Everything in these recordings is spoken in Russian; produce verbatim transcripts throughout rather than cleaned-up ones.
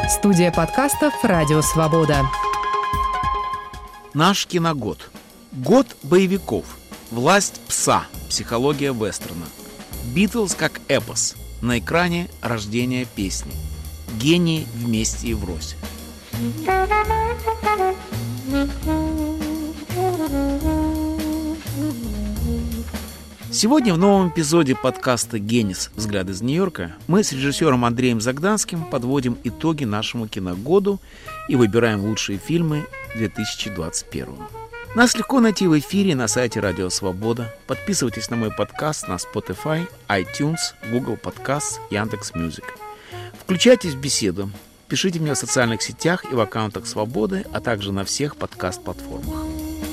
Студия подкастов «Радио Свобода». Наш киногод. Год боевиков. Власть пса. Психология вестерна. Битлз как эпос. На экране рождение песни. Гении вместе и врозь. Сегодня в новом эпизоде подкаста «Генис. Взгляд из Нью-Йорка» мы с режиссером Андреем Загданским подводим итоги нашему киногоду и выбираем лучшие фильмы две тысячи двадцать первого. Нас легко найти в эфире на сайте Радио Свобода. Подписывайтесь на мой подкаст на Spotify, iTunes, Google Podcasts, Яндекс.Мьюзик. Включайтесь в беседу. Пишите мне в социальных сетях и в аккаунтах Свободы, а также на всех подкаст-платформах.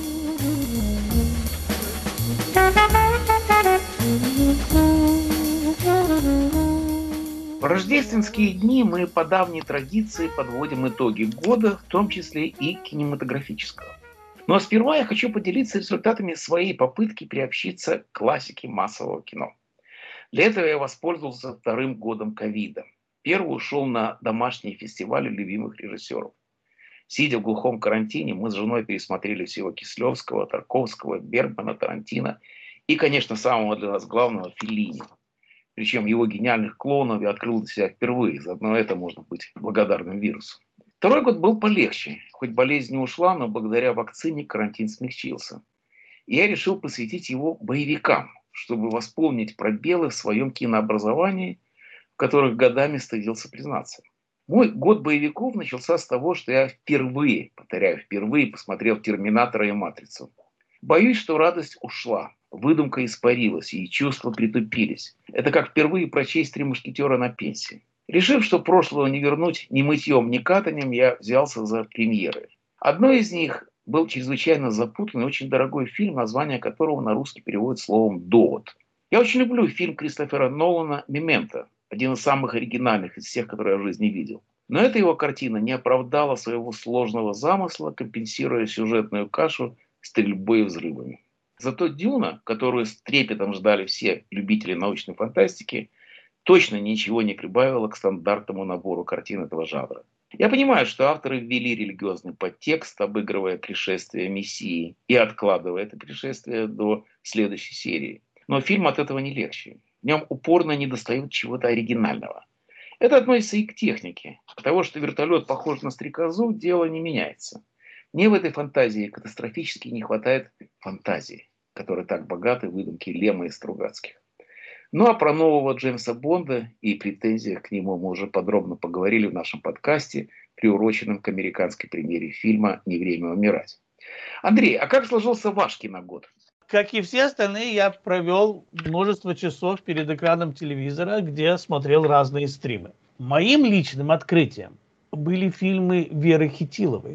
В рождественские дни мы по давней традиции подводим итоги года, в том числе и кинематографического. Но сперва я хочу поделиться результатами своей попытки приобщиться к классике массового кино. Для этого я воспользовался вторым годом ковида. Первый ушел на домашние фестивали любимых режиссеров. Сидя в глухом карантине, мы с женой пересмотрели всего Кислевского, Тарковского, Бергмана, Тарантино и, конечно, самого для нас главного Феллини. Причем его гениальных клоунов я открыл для себя впервые. Заодно это можно быть благодарным вирусу. Второй год был полегче. Хоть болезнь не ушла, но благодаря вакцине карантин смягчился. И я решил посвятить его боевикам, чтобы восполнить пробелы в своем кинообразовании, в которых годами стыдился признаться. Мой год боевиков начался с того, что я впервые, повторяю, впервые посмотрел «Терминатора» и «Матрицу». Боюсь, что радость ушла. Выдумка испарилась, и чувства притупились. Это как впервые прочесть «Три мушкетера» на пенсии. Решив, что прошлого не вернуть ни мытьем, ни катанием, я взялся за премьеры. Одной из них был чрезвычайно запутанный, очень дорогой фильм, название которого на русский переводят словом «Довод». Я очень люблю фильм Кристофера Нолана «Мементо», один из самых оригинальных из всех, которые я в жизни видел. Но эта его картина не оправдала своего сложного замысла, компенсируя сюжетную кашу стрельбой и взрывами. Зато «Дюна», которую с трепетом ждали все любители научной фантастики, точно ничего не прибавила к стандартному набору картин этого жанра. Я понимаю, что авторы ввели религиозный подтекст, обыгрывая пришествие Мессии и откладывая это пришествие до следующей серии. Но фильм от этого не легче. В нем упорно недостает чего-то оригинального. Это относится и к технике. От того, что вертолет похож на стрекозу, дело не меняется. Мне в этой фантазии катастрофически не хватает фантазии, которые так богаты в выдумке Лема и Стругацких. Ну а про нового Джеймса Бонда и претензиях к нему мы уже подробно поговорили в нашем подкасте, приуроченном к американской премьере фильма «Не время умирать». Андрей, а как сложился ваш киногод? Как и все остальные, я провел множество часов перед экраном телевизора, где смотрел разные стримы. Моим личным открытием были фильмы Веры Хитиловой.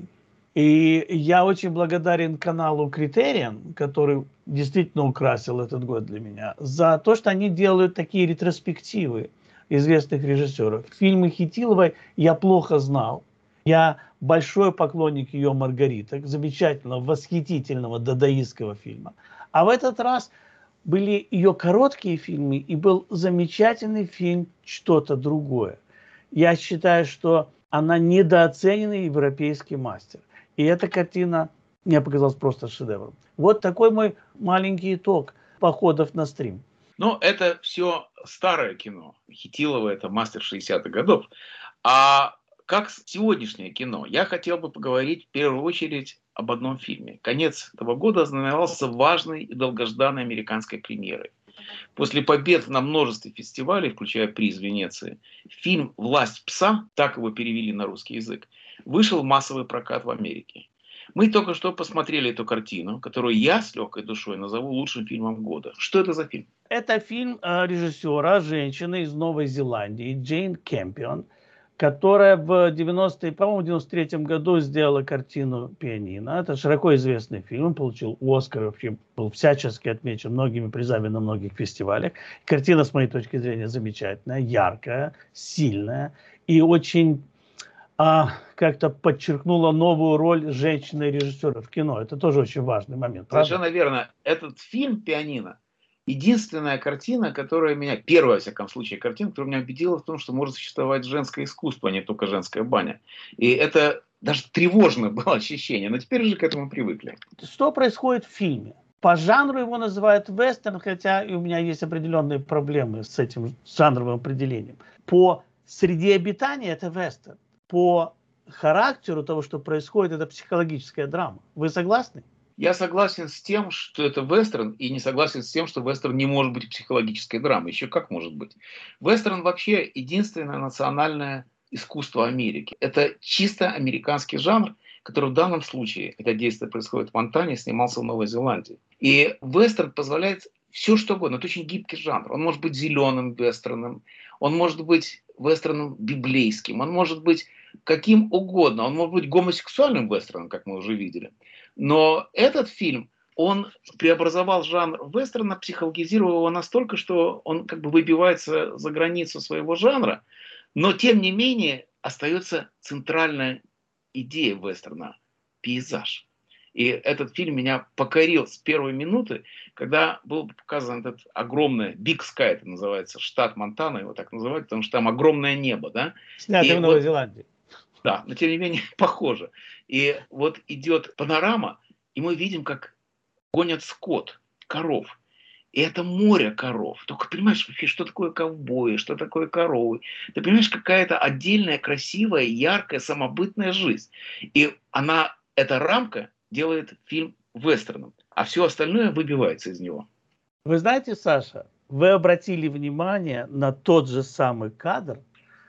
И я очень благодарен каналу «Критериан», который действительно украсил этот год для меня, за то, что они делают такие ретроспективы известных режиссеров. Фильмы Хитиловой я плохо знал. Я большой поклонник ее «Маргариток», замечательного, восхитительного дадаистского фильма. А в этот раз были ее короткие фильмы и был замечательный фильм «Что-то другое». Я считаю, что она недооцененный европейский мастер. И эта картина мне показалась просто шедевром. Вот такой мой маленький итог походов на стрим. Ну, это все старое кино. Хитилова – это мастер шестидесятых годов. А как сегодняшнее кино? Я хотел бы поговорить в первую очередь об одном фильме. Конец этого года ознаменовался важной и долгожданной американской премьерой. После побед на множестве фестивалей, включая приз Венеции, фильм «Власть пса», так его перевели на русский язык, вышел в массовый прокат в Америке. Мы только что посмотрели эту картину, которую я с легкой душой назову лучшим фильмом года. Что это за фильм? Это фильм режиссера, женщины из Новой Зеландии, Джейн Кэмпион, которая в девяностом, по-моему, девяносто третьем году сделала картину «Пианино». Это широко известный фильм, он получил Оскар, вообще был всячески отмечен многими призами на многих фестивалях. Картина, с моей точки зрения, замечательная, яркая, сильная и очень а, как-то подчеркнула новую роль женщины-режиссера в кино. Это тоже очень важный момент. Совершенно правда? Верно. Этот фильм «Пианино» единственная картина, которая меня, первая, во всяком случае, картина, которая меня убедила в том, что может существовать женское искусство, а не только женская баня. И это даже тревожное было ощущение, но теперь уже к этому привыкли. Что происходит в фильме? По жанру его называют вестерн, хотя и у меня есть определенные проблемы с этим жанровым определением. По среде обитания это вестерн. По характеру того, что происходит, это психологическая драма. Вы согласны? Я согласен с тем, что это вестерн, и не согласен с тем, что вестерн не может быть психологической драмой. Еще как может быть? Вестерн вообще единственное национальное искусство Америки. Это чисто американский жанр, который в данном случае, это действие происходит в Монтане, снимался в Новой Зеландии. И вестерн позволяет все что угодно. Это очень гибкий жанр. Он может быть зеленым вестерном, он может быть вестерном библейским, он может быть каким угодно. Он может быть гомосексуальным вестерном, как мы уже видели. Но этот фильм, он преобразовал жанр вестерна, психологизировал его настолько, что он как бы выбивается за границу своего жанра, но тем не менее остается центральная идея вестерна – пейзаж. И этот фильм меня покорил с первой минуты, когда был показан этот огромный, Big Sky это называется, штат Монтана, его так называют, потому что там огромное небо. Да? Снятый в Новой вот, Зеландии. Да, но тем не менее похоже. И вот идет панорама, и мы видим, как гонят скот, коров. И это море коров. Только понимаешь, что такое ковбои, что такое коровы. Ты понимаешь, какая-то отдельная, красивая, яркая, самобытная жизнь. И она, эта рамка делает фильм вестерном, а все остальное выбивается из него. Вы знаете, Саша, вы обратили внимание на тот же самый кадр,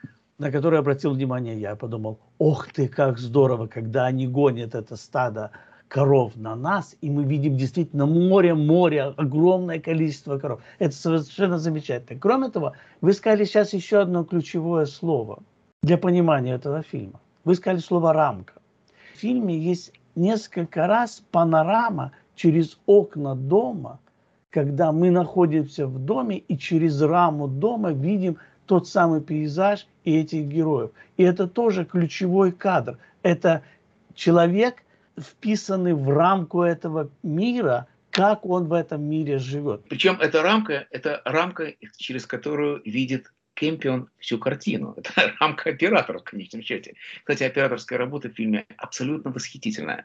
на который обратил внимание я. Подумал, ох ты, как здорово, когда они гонят это стадо коров на нас, и мы видим действительно море, море, огромное количество коров. Это совершенно замечательно. Кроме того, вы сказали сейчас еще одно ключевое слово для понимания этого фильма. Вы сказали слово «рамка». В фильме есть несколько раз панорама через окна дома, когда мы находимся в доме и через раму дома видим тот самый пейзаж и этих героев. И это тоже ключевой кадр. Это человек, вписанный в рамку этого мира, как он в этом мире живет. Причем эта рамка, это рамка, через которую видит Кэмпион всю картину. Это рамка оператора в конечном счете. Кстати, операторская работа в фильме абсолютно восхитительная.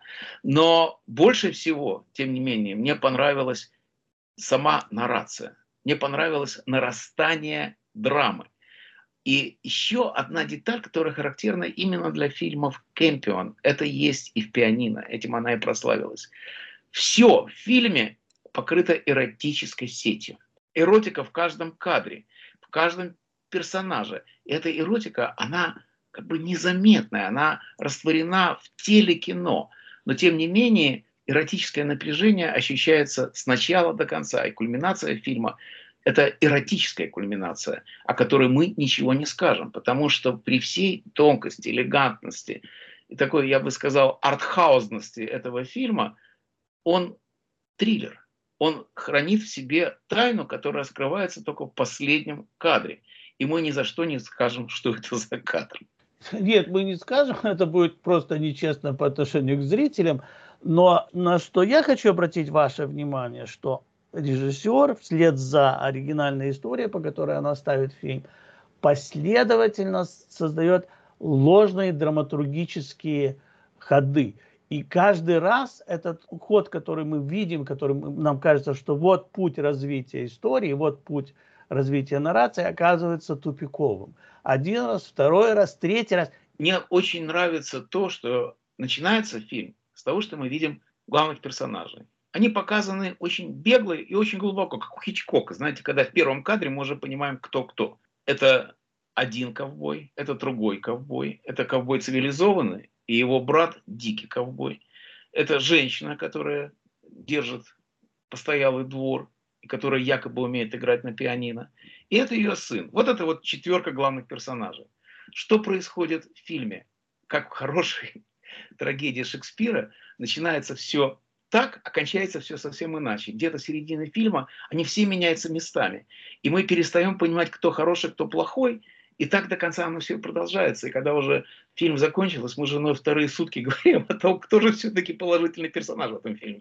Но больше всего, тем не менее, мне понравилась сама наррация. Мне понравилось нарастание драмы. И еще одна деталь, которая характерна именно для фильмов Кэмпион, это есть и в «Пианино», этим она и прославилась. Все в фильме покрыто эротической сетью. Эротика в каждом кадре, в каждом персонаже. И эта эротика, она как бы незаметная, она растворена в теле кино. Но тем не менее эротическое напряжение ощущается с начала до конца. И кульминация фильма – это эротическая кульминация, о которой мы ничего не скажем, потому что при всей тонкости, элегантности и такой, я бы сказал, артхаузности этого фильма, он триллер. Он хранит в себе тайну, которая скрывается только в последнем кадре. И мы ни за что не скажем, что это за кадр. Нет, мы не скажем, это будет просто нечестно по отношению к зрителям. Но на что я хочу обратить ваше внимание, что режиссер, вслед за оригинальной историей, по которой она ставит фильм, последовательно создает ложные драматургические ходы. И каждый раз этот ход, который мы видим, который нам кажется, что вот путь развития истории, вот путь развития наррации, оказывается тупиковым. Один раз, второй раз, третий раз. Мне очень нравится то, что начинается фильм с того, что мы видим главных персонажей. Они показаны очень бегло и очень глубоко, как у Хичкока. Знаете, когда в первом кадре мы уже понимаем, кто кто. Это один ковбой, это другой ковбой, это ковбой цивилизованный, и его брат дикий ковбой. Это женщина, которая держит постоялый двор, и которая якобы умеет играть на пианино. И это ее сын. Вот это вот четверка главных персонажей. Что происходит в фильме? Как в хорошей трагедии Шекспира начинается все так, а кончается все совсем иначе. Где-то в середине фильма они все меняются местами. И мы перестаем понимать, кто хороший, кто плохой. И так до конца оно все продолжается. И когда уже фильм закончился, мы с женой вторые сутки говорим о том, кто же все-таки положительный персонаж в этом фильме.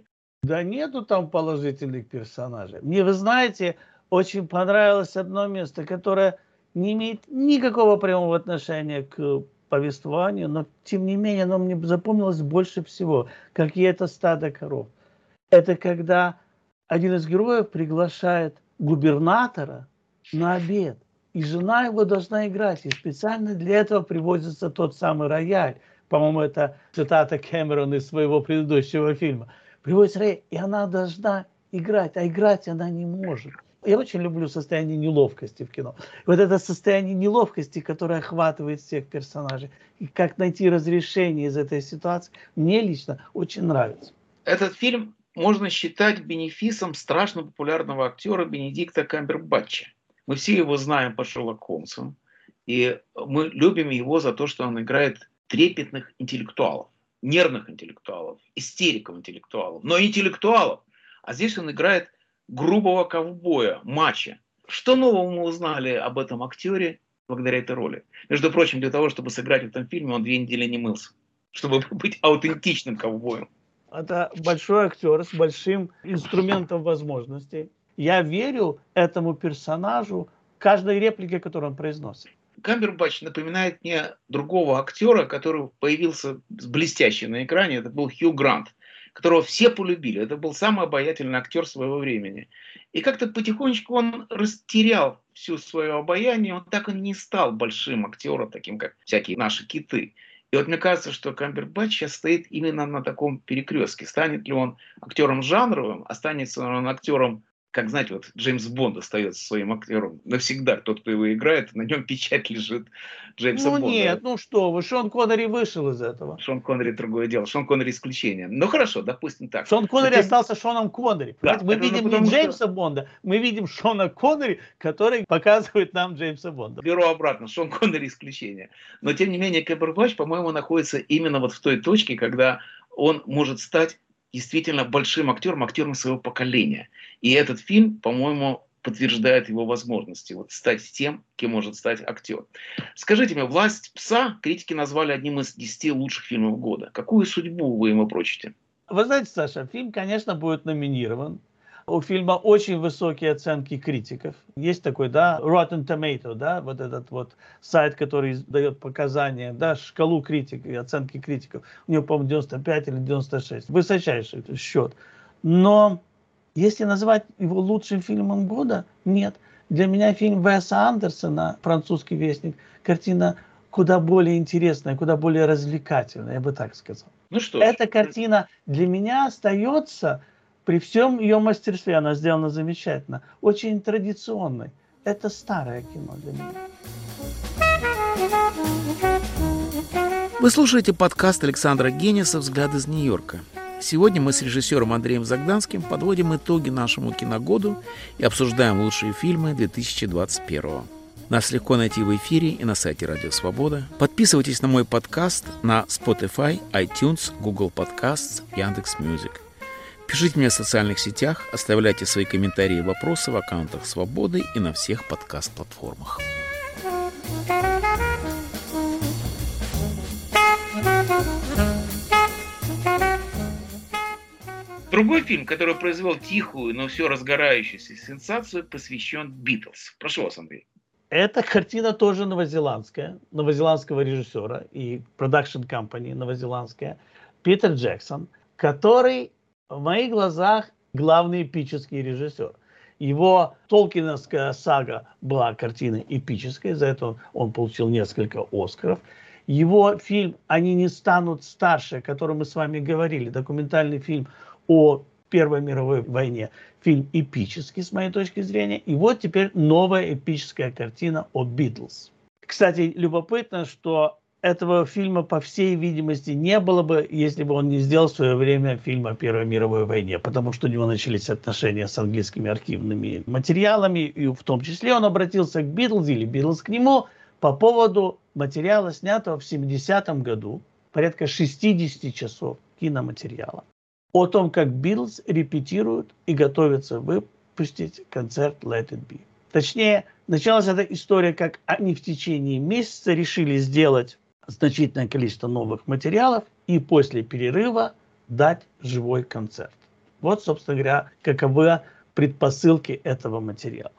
Да нету там положительных персонажей. Мне, вы знаете, очень понравилось одно место, которое не имеет никакого прямого отношения к повествованию, но тем не менее оно мне запомнилось больше всего, как и это стадо коров. Это когда один из героев приглашает губернатора на обед, и жена его должна играть, и специально для этого привозится тот самый рояль. По-моему, это цитата Кэмерона из своего предыдущего фильма. Приводится рояль, и она должна играть, а играть она не может. Я очень люблю состояние неловкости в кино. Вот это состояние неловкости, которое охватывает всех персонажей, и как найти разрешение из этой ситуации, мне лично очень нравится. Этот фильм можно считать бенефисом страшно популярного актера Бенедикта Камбербэтча. Мы все его знаем по Шерлоку Холмсу, и мы любим его за то, что он играет трепетных интеллектуалов, нервных интеллектуалов, истериков-интеллектуалов, но интеллектуалов. А здесь он играет грубого ковбоя, мачо. Что нового мы узнали об этом актере благодаря этой роли? Между прочим, для того, чтобы сыграть в этом фильме, он две недели не мылся, чтобы быть аутентичным ковбоем. Это большой актер с большим инструментом возможностей. Я верю этому персонажу каждой реплике, которую он произносит. Камбербэтч напоминает мне другого актера, который появился блестяще на экране. Это был Хью Грант, которого все полюбили. Это был самый обаятельный актер своего времени. И как-то потихонечку он растерял всю свое обаяние. Он так и не стал большим актером, таким как всякие наши киты. И вот мне кажется, что Камбербэтч сейчас стоит именно на таком перекрестке. Станет ли он актером жанровым, останется ли он актером, как, знаете, вот Джеймс Бонд остается своим актером навсегда. Тот, кто его играет, на нем печать лежит Джеймса ну, Бонда. Ну нет, ну что вы, Шон Коннери вышел из этого. Шон Коннери другое дело. Шон Коннери исключение. Ну хорошо, допустим так. Шон Коннери Но, остался Шоном Коннери. Да, мы видим не Джеймса что... Бонда, мы видим Шона Коннери, который показывает нам Джеймса Бонда. Беру обратно, Шон Коннери исключение. Но тем не менее Камбербэтч, по-моему, находится именно вот в той точке, когда он может стать действительно большим актером, актером своего поколения. И этот фильм, по-моему, подтверждает его возможности вот, стать тем, кем может стать актер. Скажите мне, «Власть пса» критики назвали одним из десяти лучших фильмов года. Какую судьбу вы ему прочите? Вы знаете, Саша, фильм, конечно, будет номинирован. У фильма очень высокие оценки критиков. Есть такой, да, Rotten Tomato, да, вот этот вот сайт, который дает показания, да, шкалу критик и оценки критиков. У него, по-моему, девяносто пять или девяносто шесть. Высочайший счет. Но если назвать его лучшим фильмом года, нет. Для меня фильм Уэса Андерсона «Французский вестник» картина куда более интересная, куда более развлекательная, я бы так сказал. Ну что ж. Эта картина для меня остается, при всем ее мастерстве, она сделана замечательно, очень традиционной. Это старое кино для меня. Вы слушаете подкаст Александра Гениса «Взгляд из Нью-Йорка». Сегодня мы с режиссером Андреем Загданским подводим итоги нашему киногоду и обсуждаем лучшие фильмы две тысячи двадцать первого. Нас легко найти в эфире и на сайте Радио Свобода. Подписывайтесь на мой подкаст на Spotify, iTunes, Google Podcasts, Яндекс.Мьюзик. Пишите мне в социальных сетях, оставляйте свои комментарии и вопросы в аккаунтах Свободы и на всех подкаст-платформах. Другой фильм, который произвел тихую, но все разгорающуюся сенсацию, посвящен Битлз. Прошу вас, Андрей. Эта картина тоже новозеландская, новозеландского режиссера и продакшн компании новозеландская, Питер Джексон, который в моих глазах главный эпический режиссер. Его толкиновская сага была картиной эпической, за это он, он получил несколько Оскаров. Его фильм «Они не станут старше», о котором мы с вами говорили, документальный фильм о Первой мировой войне, фильм эпический, с моей точки зрения. И вот теперь новая эпическая картина о Битлз. Кстати, любопытно, что этого фильма, по всей видимости, не было бы, если бы он не сделал в свое время фильм о Первой мировой войне, потому что у него начались отношения с английскими архивными материалами, и в том числе он обратился к Битлз, или Битлз к нему, по поводу материала, снятого в семидесятом году, порядка шестьдесят часов киноматериала, о том, как Битлз репетируют и готовятся выпустить концерт Let It Be. Точнее, началась эта история, как они в течение месяца решили сделать значительное количество новых материалов и после перерыва дать живой концерт. Вот, собственно говоря, каковы предпосылки этого материала.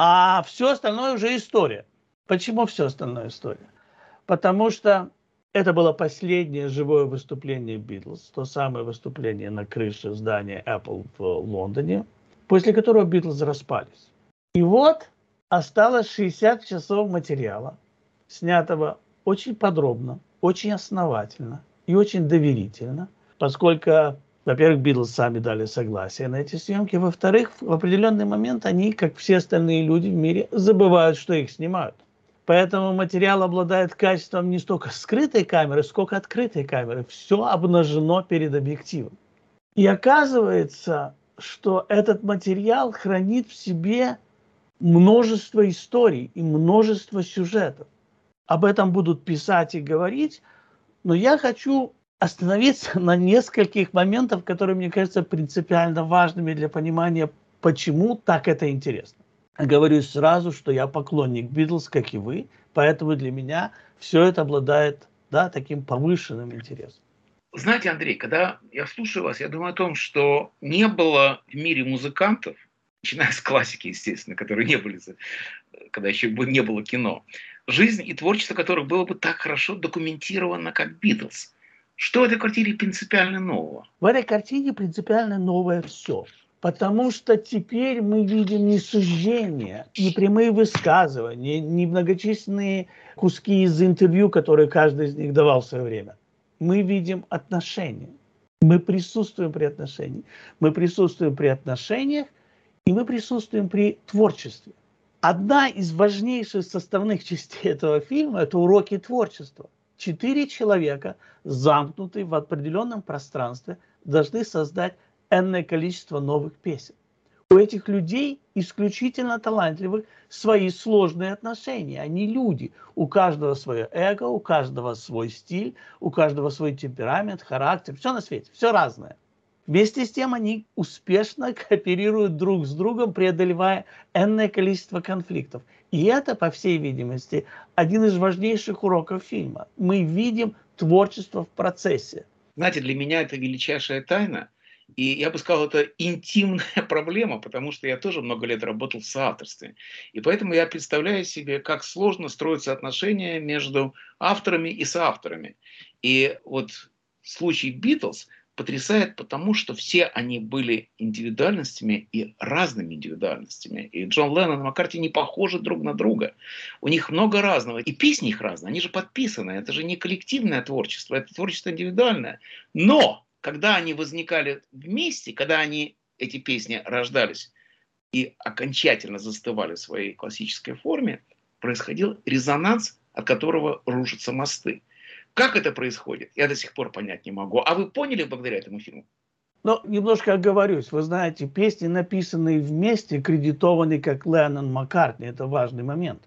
А все остальное уже история. Почему все остальное история? Потому что это было последнее живое выступление Битлз, то самое выступление на крыше здания Apple в Лондоне, после которого Битлз распались. И вот осталось шестьдесят часов материала, снятого очень подробно, очень основательно и очень доверительно, поскольку, во-первых, Битлз сами дали согласие на эти съемки, во-вторых, в определенный момент они, как все остальные люди в мире, забывают, что их снимают. Поэтому материал обладает качеством не столько скрытой камеры, сколько открытой камеры. Все обнажено перед объективом. И оказывается, что этот материал хранит в себе множество историй и множество сюжетов. Об этом будут писать и говорить, но я хочу остановиться на нескольких моментах, которые, мне кажутся, принципиально важными для понимания, почему так это интересно. Говорю сразу, что я поклонник Битлз, как и вы, поэтому для меня все это обладает, да, таким повышенным интересом. Знаете, Андрей, когда я слушаю вас, я думаю о том, что не было в мире музыкантов, начиная с классики, естественно, которые не были, когда еще не было кино, жизнь и творчество которых было бы так хорошо документировано, как Битлз. Что в этой картине принципиально нового? В этой картине принципиально новое все. Потому что теперь мы видим не суждения, не прямые высказывания, не многочисленные куски из интервью, которые каждый из них давал в свое время. Мы видим отношения. Мы присутствуем при отношениях. Мы присутствуем при отношениях, и мы присутствуем при творчестве. Одна из важнейших составных частей этого фильма – это уроки творчества. Четыре человека, замкнутые в определенном пространстве, должны создать энное количество новых песен. У этих людей исключительно талантливых свои сложные отношения. Они люди. У каждого свое эго, у каждого свой стиль, у каждого свой темперамент, характер. Все на свете, все разное. Вместе с тем они успешно кооперируют друг с другом, преодолевая энное количество конфликтов. И это, по всей видимости, один из важнейших уроков фильма. Мы видим творчество в процессе. Знаете, для меня это величайшая тайна. И я бы сказал, это интимная проблема, потому что я тоже много лет работал в соавторстве. И поэтому я представляю себе, как сложно строятся отношения между авторами и соавторами. И вот случай Битлз потрясает, потому что все они были индивидуальностями и разными индивидуальностями. И Джон Леннон и Маккартни не похожи друг на друга. У них много разного. И песни их разные, они же подписаны. Это же не коллективное творчество, это творчество индивидуальное. Но когда они возникали вместе, когда они, эти песни рождались и окончательно застывали в своей классической форме, происходил резонанс, от которого рушатся мосты. Как это происходит, я до сих пор понять не могу. А вы поняли благодаря этому фильму? Ну, немножко оговорюсь. Вы знаете, песни, написанные вместе, кредитованы как Леннон-Маккартни. Это важный момент.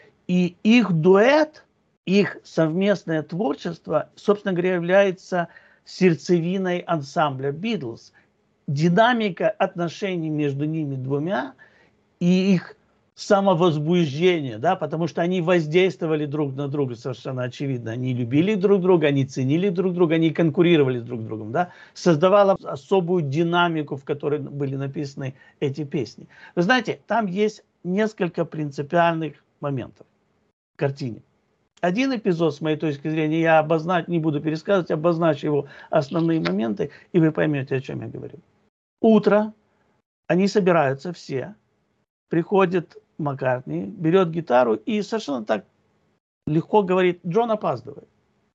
И их дуэт, их совместное творчество, собственно говоря, является сердцевиной ансамбля Битлз. Динамика отношений между ними двумя и их самовозбуждение, да, потому что они воздействовали друг на друга совершенно очевидно. Они любили друг друга, они ценили друг друга, они конкурировали друг с другом, да, создавала особую динамику, в которой были написаны эти песни. Вы знаете, там есть несколько принципиальных моментов в картине. Один эпизод, с моей точки зрения, я обозначу, не буду пересказывать, обозначу его основные моменты, и вы поймете, о чем я говорю. Утро, они собираются все, приходит Маккартни, берет гитару и совершенно так легко говорит: Джон опаздывает.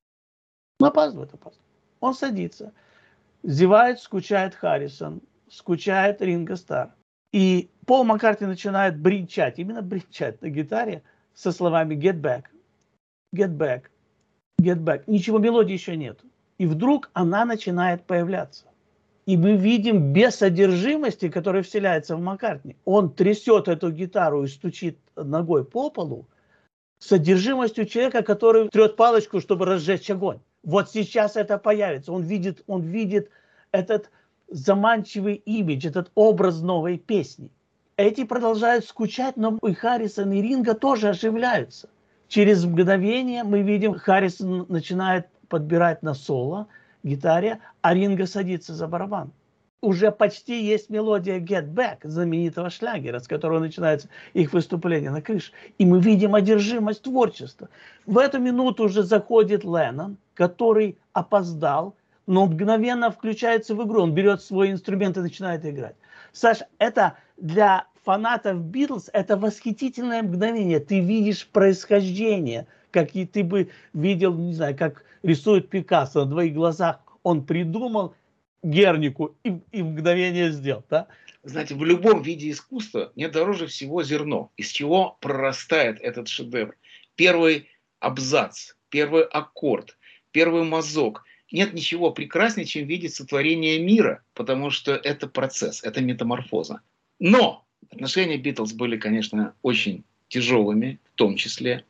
Ну, опаздывает, опаздывает. Он садится, зевает, скучает Харрисон, скучает Ринго Старр. И Пол Маккартни начинает бренчать, именно бренчать на гитаре со словами «Get back, get back, get back». Ничего, мелодии еще нет. И вдруг она начинает появляться. И мы видим бессодержимости, которая вселяется в Маккартни. Он трясет эту гитару и стучит ногой по полу с содержимостью человека, который трет палочку, чтобы разжечь огонь. Вот сейчас это появится. Он видит, он видит этот заманчивый имидж, этот образ новой песни. Эти продолжают скучать, но и Харрисон, и Ринго тоже оживляются. Через мгновение мы видим, Харрисон начинает подбирать на соло гитаре, а Ринго садится за барабан. уже почти есть мелодия Get Back, знаменитого шлягера, с которого начинается их выступление на крыше. И мы видим одержимость творчества. В эту минуту уже заходит Леннон, который опоздал, но мгновенно включается в игру. Он берет свой инструмент и начинает играть. Саш, это для фанатов Битлз это восхитительное мгновение. Ты видишь происхождение, как и ты бы видел, не знаю, как рисует Пикассо на двоих глазах. Он придумал Гернику и, и мгновение сделал, да? Знаете, в любом виде искусства мне дороже всего зерно, из чего прорастает этот шедевр. Первый абзац, первый аккорд, первый мазок. Нет ничего прекраснее, чем видеть сотворение мира, потому что это процесс, это метаморфоза. Но отношения Битлз были, конечно, очень тяжелыми, в том числе.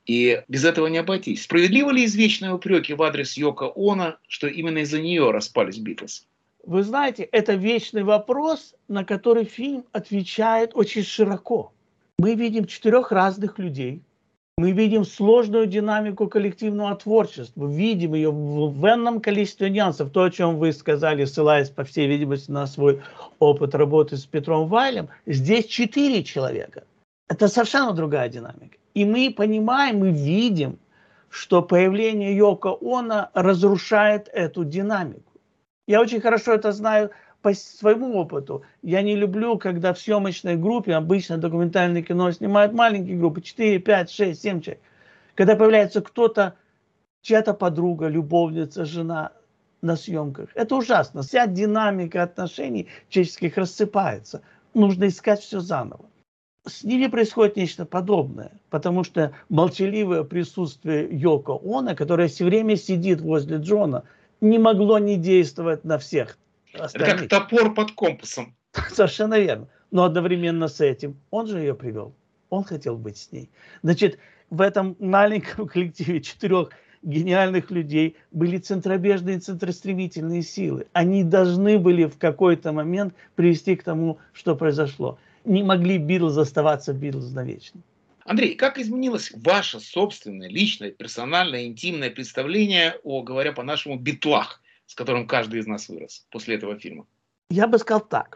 И без этого не обойтись. Справедливы ли извечные упреки в адрес Йоко Оно, что именно из-за нее распались Битлз? Вы знаете, это вечный вопрос, на который фильм отвечает очень широко. Мы видим четырех разных людей. Мы видим сложную динамику коллективного творчества. Видим ее в энном количестве нюансов. То, о чем вы сказали, ссылаясь, по всей видимости, на свой опыт работы с Петром Вайлем. Здесь четыре человека. Это совершенно другая динамика. И мы понимаем, мы видим, что появление Йоко Оно разрушает эту динамику. Я очень хорошо это знаю по своему опыту. Я не люблю, когда в съемочной группе, обычно документальное кино снимают маленькие группы, четыре, пять, шесть, семь человек. Когда появляется кто-то, чья-то подруга, любовница, жена на съемках. Это ужасно. Вся динамика отношений человеческих рассыпается. Нужно искать все заново. С ними происходит нечто подобное, потому что молчаливое присутствие Йоко Оно, которая все время сидит возле Джона, не могло не действовать на всех остальных. Это как топор под компасом. Совершенно верно. Но одновременно с этим он же ее привел. Он хотел быть с ней. Значит, в этом маленьком коллективе четырех гениальных людей были центробежные и центростремительные силы. Они должны были в какой-то момент привести к тому, что произошло. Не могли Битлз оставаться Битлз навечно. Андрей, как изменилось ваше собственное, личное, персональное, интимное представление о, говоря по-нашему, битлах, с которым каждый из нас вырос после этого фильма? Я бы сказал так,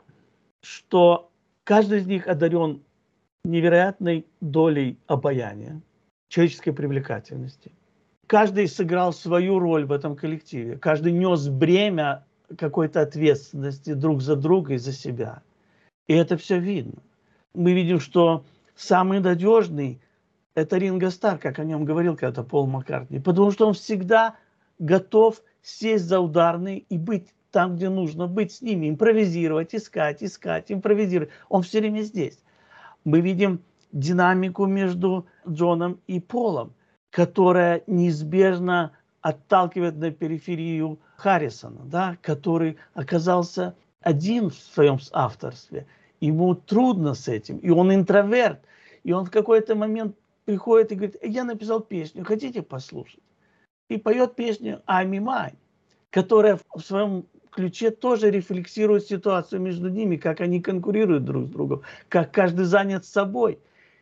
что каждый из них одарен невероятной долей обаяния, человеческой привлекательности. Каждый сыграл свою роль в этом коллективе. Каждый нес бремя какой-то ответственности друг за друга и за себя. И это все видно. Мы видим, что самый надежный – это Ринго Старр, как о нем говорил когда-то Пол Маккартни. Потому что он всегда готов сесть за ударный и быть там, где нужно, быть с ними, импровизировать, искать, искать, импровизировать. Он все время здесь. Мы видим динамику между Джоном и Полом, которая неизбежно отталкивает на периферию Харрисона, да, который оказался один в своем авторстве. Ему трудно с этим, и он интроверт. И он в какой-то момент приходит и говорит: я написал песню, хотите послушать? И поет песню I'm Mine, которая в своем ключе тоже рефлексирует ситуацию между ними, как они конкурируют друг с другом, как каждый занят собой.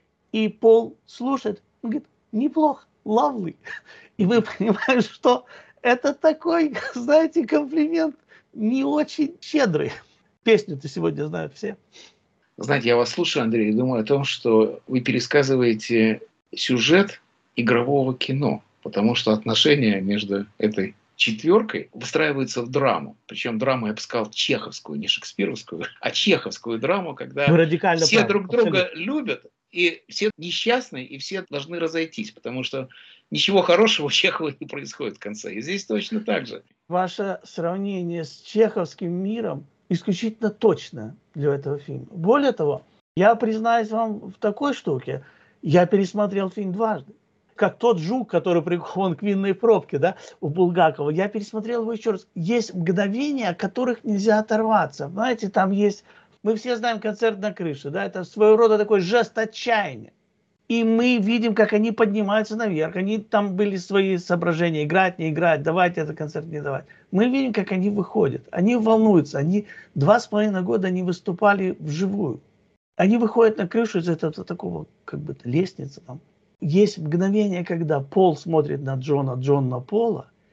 И Пол слушает, он говорит: неплохо, lovely. И мы понимаем, что это такой, знаете, комплимент не очень щедрый. Песню-то сегодня знают все. Знаете, я вас слушаю, Андрей, и думаю о том, что вы пересказываете сюжет игрового кино, потому что отношения между этой четверкой выстраиваются в драму. Причем драму, я бы сказал, чеховскую, не шекспировскую, а чеховскую драму, когда все правильно, друг друга любят, и все несчастны, и все должны разойтись, потому что ничего хорошего у Чехова не происходит в конце. И здесь точно так же. Ваше сравнение с чеховским миром исключительно точно для этого фильма. Более того, я признаюсь вам в такой штуке. Я пересмотрел фильм дважды. Как тот жук, который прикован к винной пробке, да, у Булгакова. Я пересмотрел его еще раз. Есть мгновения, от которых нельзя оторваться. Знаете, там есть... Мы все знаем концерт на крыше, да, это своего рода такой жест отчаяния. И мы видим, как они поднимаются наверх. Они там были свои соображения, играть, не играть, давать этот концерт, не давать. Мы видим, как они выходят. Они волнуются. Они два с половиной года они выступали вживую. Они выходят на крышу из этого такого, как бы, лестницы. Там. Есть мгновение, когда Пол смотрит на Джона, Джон на Пола.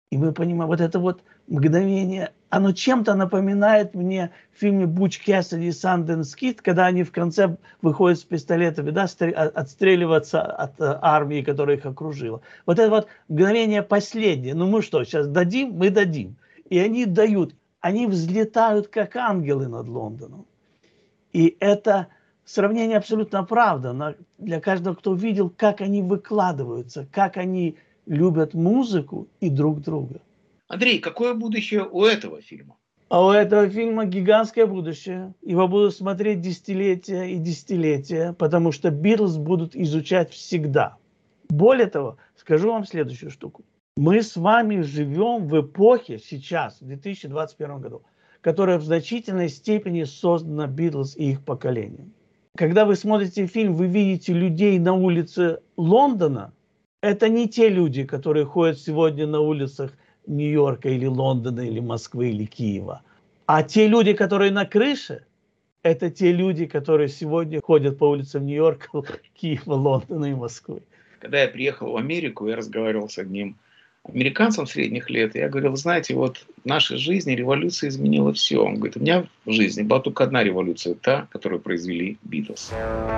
И мы понимаем, вот это вот мгновение, оно чем-то напоминает мне в фильме «Буч Кэссиди» и «Санденс Кид», когда они в конце выходят с пистолетами, да, отстреливаться от армии, которая их окружила. Вот это вот мгновение последнее. Ну мы что, сейчас дадим? Мы дадим. И они дают. Они взлетают, как ангелы над Лондоном. И это сравнение абсолютно оправдано для каждого, кто видел, как они выкладываются, как они любят музыку и друг друга. Андрей, какое будущее у этого фильма? А у этого фильма гигантское будущее. Его будут смотреть десятилетия и десятилетия, потому что Битлз будут изучать всегда. Более того, скажу вам следующую штуку. Мы с вами живем в эпохе сейчас, в две тысячи двадцать первом году, которая в значительной степени создана Битлз и их поколением. Когда вы смотрите фильм, вы видите людей на улице Лондона. Это не те люди, которые ходят сегодня на улицах Нью-Йорка или Лондона, или Москвы, или Киева. А те люди, которые на крыше, это те люди, которые сегодня ходят по улицам Нью-Йорка, Киева, Лондона и Москвы. Когда я приехал в Америку, я разговаривал с одним американцем средних лет, и я говорил, вы знаете, вот в нашей жизни революция изменила все. Он говорит, у меня в жизни была только одна революция, та, которую произвели Битлз.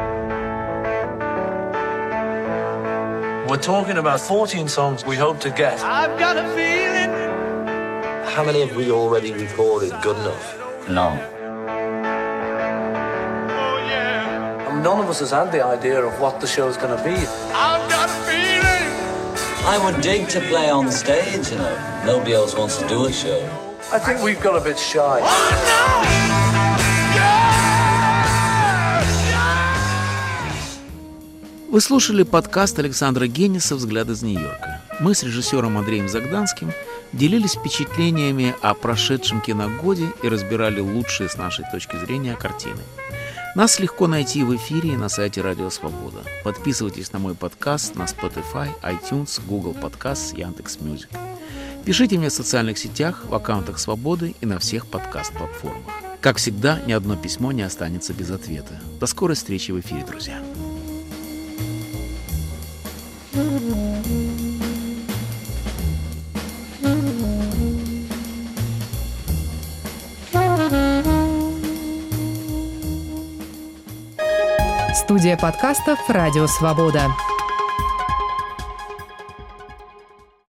We're talking about fourteen songs we hope to get. I've got a feeling. How many have we already recorded good enough? None. Oh yeah. And none of us has had the idea of what the show's going to be. I've got a feeling. I would dig to play on stage, you know. Nobody else wants to do a show. I think we've got a bit shy. Oh no! Yeah! Вы слушали подкаст Александра Генниса «Взгляд из Нью-Йорка». Мы с режиссером Андреем Загданским делились впечатлениями о прошедшем киногоде и разбирали лучшие с нашей точки зрения картины. Нас легко найти в эфире и на сайте Радио Свобода. Подписывайтесь на мой подкаст на Spotify, iTunes, Google Podcasts, Яндекс.Мьюзик. Пишите мне в социальных сетях, в аккаунтах Свободы и на всех подкаст-платформах. Как всегда, ни одно письмо не останется без ответа. До скорой встречи в эфире, друзья. Студия подкастов «Радио Свобода».